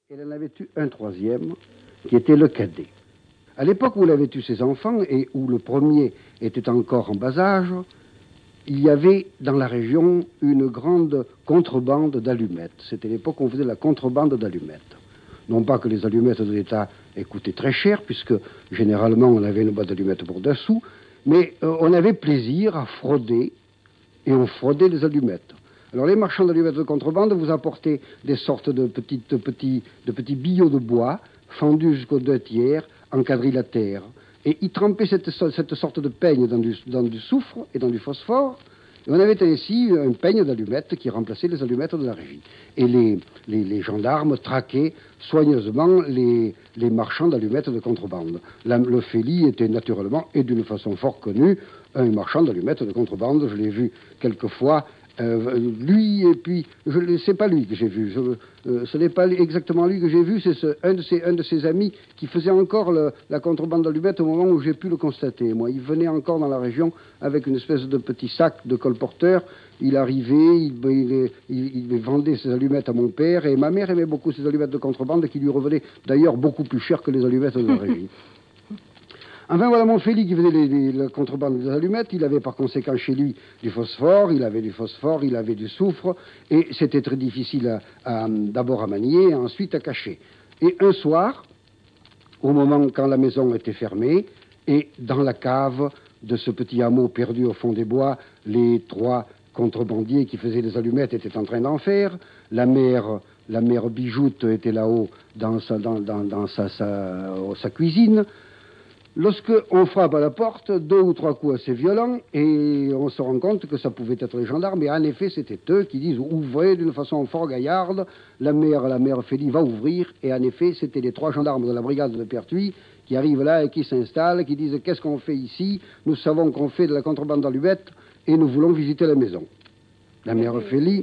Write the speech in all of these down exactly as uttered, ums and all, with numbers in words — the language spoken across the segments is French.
Elle en avait eu un troisième, qui était le cadet. À l'époque où elle avait eu ses enfants, et où le premier était encore en bas âge, il y avait dans la région une grande contrebande d'allumettes. C'était l'époque où on faisait la contrebande d'allumettes. Non pas que les allumettes de l'État aient coûté très cher, puisque généralement on avait une boîte d'allumettes pour deux sous, mais euh, on avait plaisir à frauder, et on fraudait les allumettes. Alors les marchands d'allumettes de contrebande vous apportaient des sortes de, petites, de, petits, de petits billots de bois, fendus jusqu'aux deux tiers, en quadrilatère. Et ils trempaient cette, cette sorte de peigne dans du, dans du soufre et dans du phosphore. Et on avait ainsi un peigne d'allumettes qui remplaçait les allumettes de la régie. Et les, les, les gendarmes traquaient soigneusement les, les marchands d'allumettes de contrebande. La, le Félix était naturellement, et d'une façon fort connue, un marchand d'allumettes de contrebande. Je l'ai vu quelquefois. Euh, lui, et puis, je c'est pas lui que j'ai vu. Je, euh, ce n'est pas exactement lui que j'ai vu, c'est ce, un, de ses, un de ses amis qui faisait encore le, la contrebande d'allumettes au moment où j'ai pu le constater. Moi, il venait encore dans la région avec une espèce de petit sac de colporteur. Il arrivait, il, il, il, il vendait ses allumettes à mon père, et ma mère aimait beaucoup ces allumettes de contrebande qui lui revenaient d'ailleurs beaucoup plus cher que les allumettes de la régie. Enfin, voilà mon Félix qui faisait les, les, la contrebande des allumettes. Il avait par conséquent chez lui du phosphore, il avait du phosphore, il avait du soufre, et c'était très difficile à, à, d'abord à manier, et ensuite à cacher. Et un soir, au moment quand la maison était fermée, et dans la cave de ce petit hameau perdu au fond des bois, les trois contrebandiers qui faisaient les allumettes étaient en train d'en faire. La mère, la mère Bijoute était là-haut dans sa, dans, dans, dans sa, sa, sa cuisine. Lorsque on frappe à la porte, deux ou trois coups assez violents, et on se rend compte que ça pouvait être les gendarmes, et en effet, c'était eux qui disent « Ouvrez » d'une façon fort gaillarde. La mère, la mère Félix va ouvrir, et en effet, c'était les trois gendarmes de la brigade de Pertuis qui arrivent là et qui s'installent, qui disent « Qu'est-ce qu'on fait ici? Nous savons qu'on fait de la contrebande d'allumettes, et nous voulons visiter la maison. » La mère Félix,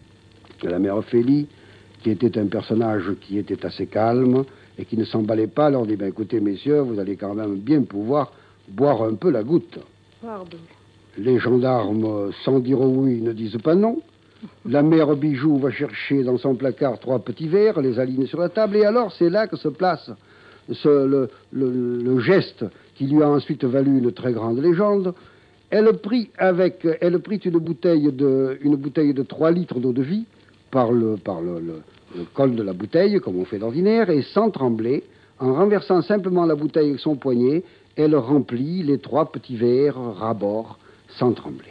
la mère Félix, qui était un personnage qui était assez calme, et qui ne s'emballait pas, leur dit, ben, écoutez, messieurs, vous allez quand même bien pouvoir boire un peu la goutte. Pardon. Les gendarmes, sans dire oui, ne disent pas non. La mère Bijou va chercher dans son placard trois petits verres, les aligne sur la table, et alors c'est là que se place ce, le, le, le geste qui lui a ensuite valu une très grande légende. Elle prit, avec, elle prit une bouteille de, une bouteille de trois litres d'eau de vie, par le, par le, le le col de la bouteille, comme on fait d'ordinaire, et sans trembler, en renversant simplement la bouteille avec son poignet, elle remplit les trois petits verres ras-bord, sans trembler.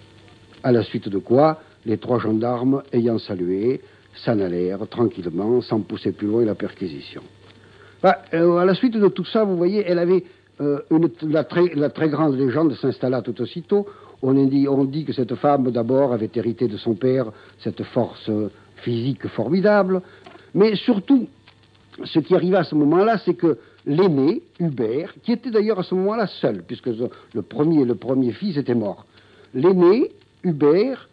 À la suite de quoi, les trois gendarmes, ayant salué, s'en allèrent tranquillement, sans pousser plus loin la perquisition. Bah, euh, à la suite de tout ça, vous voyez, elle avait euh, une, la, très, la très grande légende s'installa tout aussitôt. On dit, on dit que cette femme, d'abord, avait hérité de son père cette force euh, physique formidable, mais surtout, ce qui arriva à ce moment-là, c'est que l'aîné, Hubert, qui était d'ailleurs à ce moment-là seul, puisque le premier, le premier fils était mort, l'aîné, Hubert,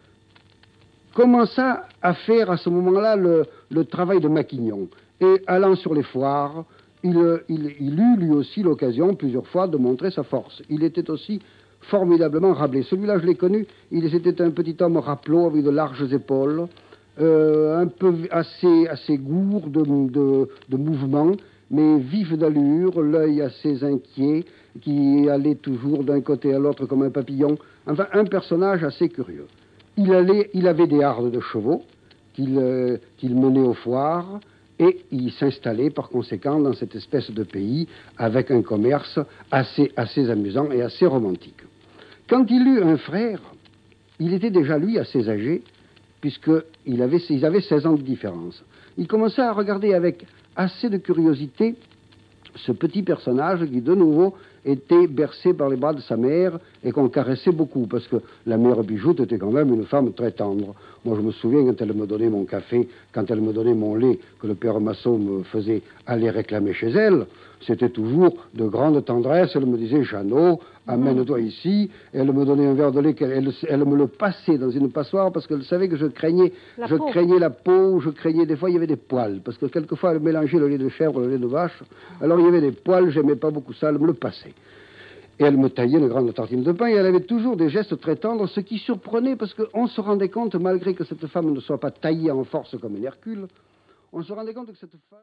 commença à faire à ce moment-là le, le travail de maquignon, et allant sur les foires, il, il, il eut lui aussi l'occasion plusieurs fois de montrer sa force. Il était aussi formidablement rablé. Celui-là, je l'ai connu, il était un petit homme râpelot avec de larges épaules, Euh, un peu assez, assez gourd de, de, de mouvement, mais vif d'allure, l'œil assez inquiet, qui allait toujours d'un côté à l'autre comme un papillon. Enfin, un personnage assez curieux. Il, allait, il avait des hardes de chevaux qu'il euh, qu'il menait aux foires, et il s'installait par conséquent dans cette espèce de pays avec un commerce assez, assez amusant et assez romantique. Quand il eut un frère, il était déjà lui assez âgé, puisqu'ils avaient, ils avaient seize ans de différence. Il commençait à regarder avec assez de curiosité ce petit personnage qui, de nouveau, était bercé par les bras de sa mère et qu'on caressait beaucoup, parce que la mère Bijoute était quand même une femme très tendre. Moi, je me souviens quand elle me donnait mon café, quand elle me donnait mon lait, que le père Massot me faisait aller réclamer chez elle, c'était toujours de grande tendresse. Elle me disait, Jeannot, amène-toi ici. Et elle me donnait un verre de lait, qu'elle, elle, elle me le passait dans une passoire, parce qu'elle savait que je craignais la, je peau. craignais la peau, je craignais des fois, il y avait des poils, parce que quelquefois, elle mélangeait le lait de chèvre et le lait de vache. Alors, il y avait des poils, j'aimais pas beaucoup ça, elle me le passait. Et elle me taillait une grande tartine de pain, et elle avait toujours des gestes très tendres, ce qui surprenait, parce qu'on se rendait compte, malgré que cette femme ne soit pas taillée en force comme un Hercule, on se rendait compte que cette femme...